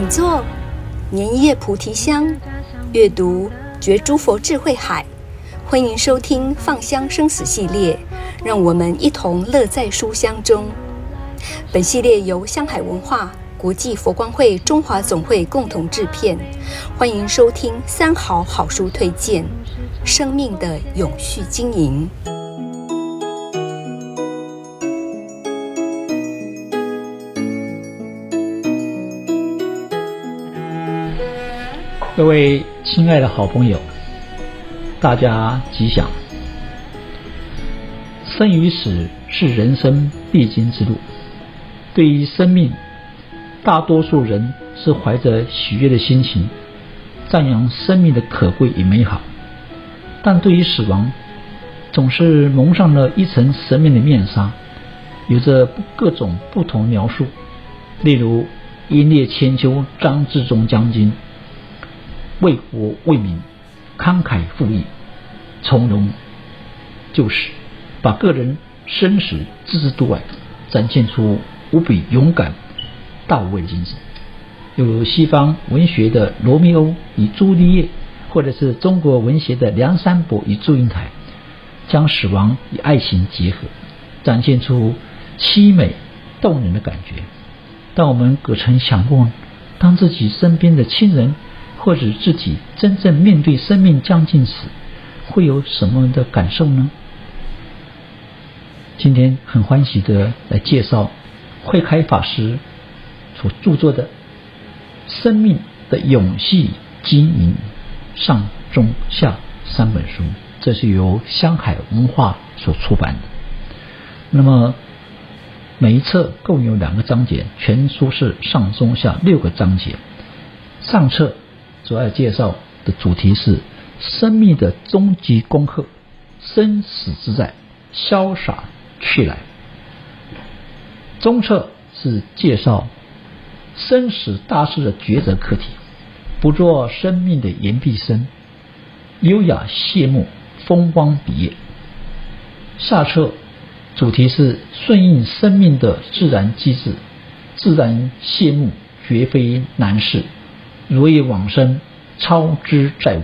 请坐。年叶菩提香，阅读觉诸佛智慧海。欢迎收听放香生死系列，让我们一同乐在书香中。本系列由香海文化、国际佛光会中华总会共同制片。欢迎收听三好好书推荐，生命的永续经营。 各位亲爱的好朋友，大家吉祥。生与死是人生必经之路，对于生命，大多数人是怀着喜悦的心情，赞扬生命的可贵与美好，但对于死亡，总是蒙上了一层神秘的面纱，有着各种不同描述。例如英烈千秋张自忠将军为国为民，慷慨赴义，从容就死，把个人生死置之度外，展现出无比勇敢大无畏的精神。又如西方文学的罗密欧与朱丽叶，或者是中国文学的梁山伯与祝英台，将死亡与爱情结合，展现出凄美动人的感觉。但我们可曾想过，当自己身边的亲人或者自己真正面对生命将近时，会有什么的感受呢？今天很欢喜的来介绍慧开法师所著作的《生命的永续经营》上中下三本书，这是由香海文化所出版的。那么每一册共有2个章节，全书是上中下6个章节。上册主要介绍的主题是生命的终极功课，生死之在，潇洒去来。中册是介绍生死大事的抉择课题，不做生命的言必生，优雅谢幕，风光笔业。下册主题是顺应生命的自然机制，自然谢幕绝非难事，如意往生超之在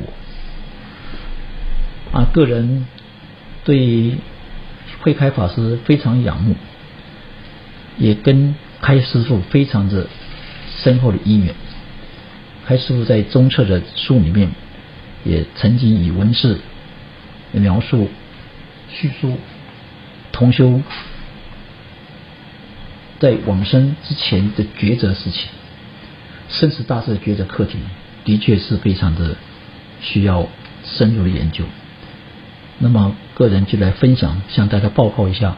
我。个人对慧开法师非常仰慕，也跟开师父非常的深厚的因缘。开师父在中册的书里面也曾经以文字描述叙述同修在往生之前的抉择事情，生死大事的抉择课题的确是非常的需要深入的研究。那么个人就来分享，向大家报告一下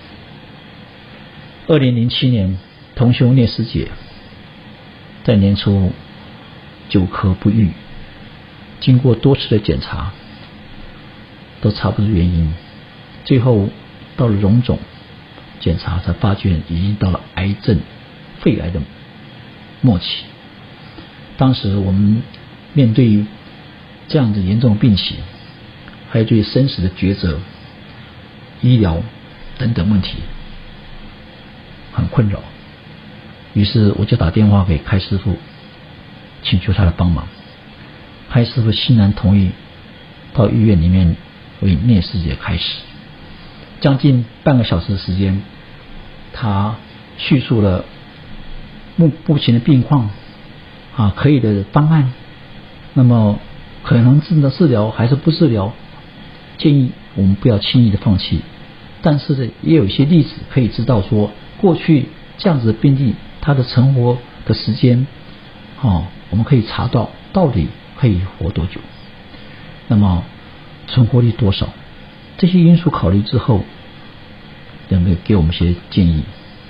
2007年同修聂师姐在年初久咳不愈，经过多次的检查都查不出原因，最后到了荣总检查才发觉已经到了癌症肺癌的末期。当时我们面对这样的严重病情，还有对生死的抉择、医疗等等问题很困扰，于是我就打电话给开师父，请求他的帮忙。开师父欣然同意到医院里面为聂师姐开始。将近半个小时的时间，他叙述了目前的病况可以的方案，那么可能治疗还是不治疗，建议我们不要轻易的放弃。但是呢，也有一些例子可以知道说，过去这样子的病例他的存活的时间我们可以查到底可以活多久，那么存活率多少，这些因素考虑之后，有没有给我们一些建议。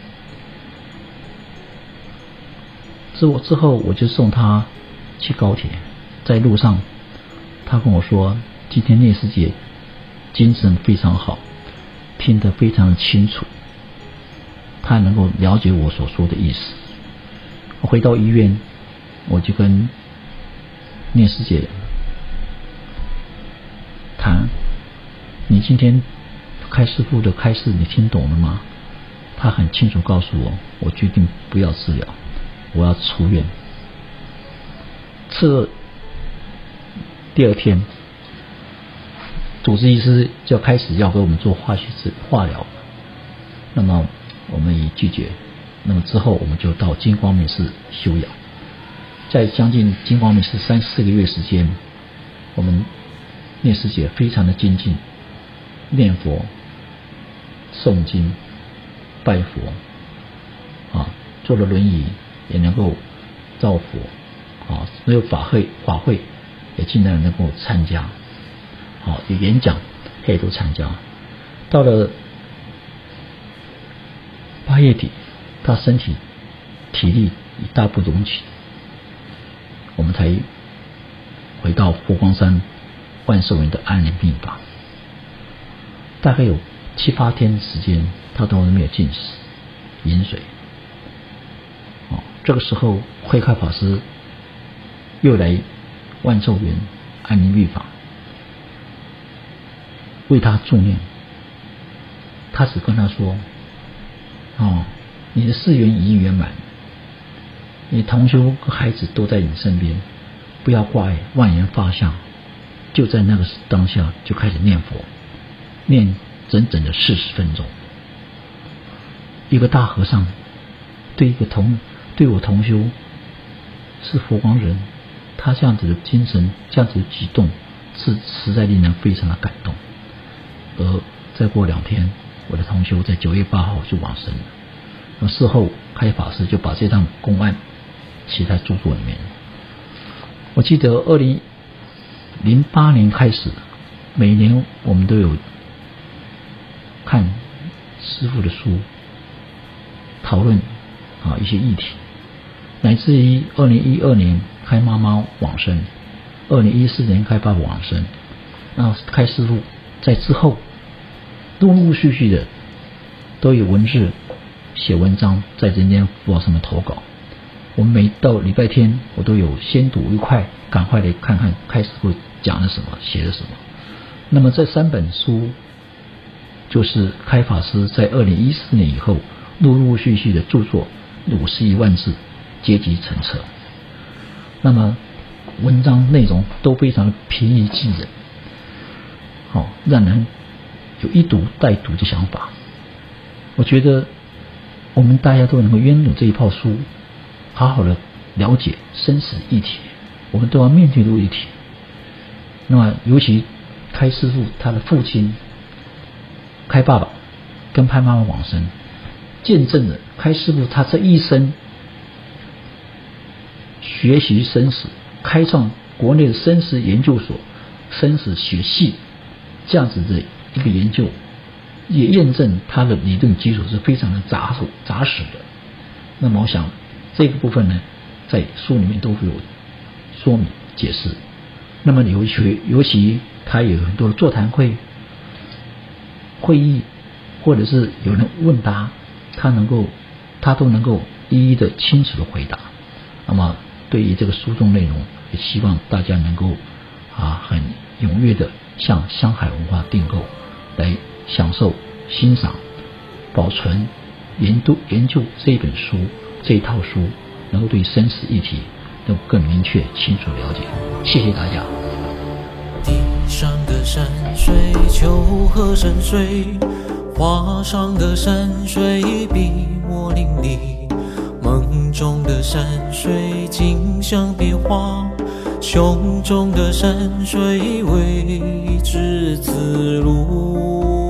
之后我就送他去高铁，在路上他跟我说，今天聂师姐精神非常好，听得非常的清楚，他能够了解我所说的意思。我回到医院，我就跟聂师姐谈，你今天开师父的开示你听懂了吗？他很清楚告诉我，我决定不要治疗，我要出院， 吃了第二天，主治医师就开始要给我们做化疗，那么我们已拒绝。那么之后我们就到金光明寺休养，在将近金光明寺3-4个月时间，我们聂师姐非常的精进，念佛、诵经、拜佛坐了轮椅也能够造佛所有法会也尽量能够参加有演讲也都参加。到了8月底，他身体体力已大不容取，我们才回到佛光山万寿园的安宁病房。大概有7-8天时间，他都没有进食饮水。这个时候慧开法师又来万寿园安宁病房为他助念。他只跟他说你的誓愿已圆满，你同修和孩子都在你身边，不要挂碍，万缘放下。就在那个当下就开始念佛，念整整的40分钟。一个大和尚对我同修是佛光人，他这样子的精神，这样子的举动是实在令人非常的感动。而再过2天，我的同修在9月8号就往生了。那事后开法师就把这趟公案写在著作里面。我记得2008年开始，每年我们都有看师父的书，讨论一些议题，乃至于2012年开妈妈往生，2014年开爸爸往生，那开师父在之后陆陆续续的都有文字写文章在人间福报上面投稿。我们每到礼拜天我都有先睹为快，赶快来看看开始会讲了什么，写了什么。那么这3本书就是开法师在2014年以后陆陆续续的著作51万字，结集成册。那么文章内容都非常的平易近人，让人有一读再读的想法。我觉得我们大家都能够阅读这一套书，好好的了解生死议题，我们都要面对的议题。那么尤其开师父他的父亲开爸爸跟开妈妈往生，见证了开师父他这一生学习生死，开创国内的生死研究所、生死学系这样子的一个研究，也验证他的理论基础是非常的扎实的。那么我想这个部分呢，在书里面都会有说明解释。那么尤其他有很多的座谈会议，或者是有人问答，他都能够一一的清楚的回答。那么对于这个书中内容，也希望大家能够很踊跃的向香海文化订购，来享受、欣赏、保存、研究这一本书，这一套书，能够对生死议题能够更明确、清楚了解。谢谢大家。 地上的山水，秋河深邃，画上的山水，笔墨淋漓。梦中的山水，景象变化；胸中的山水，未知自路。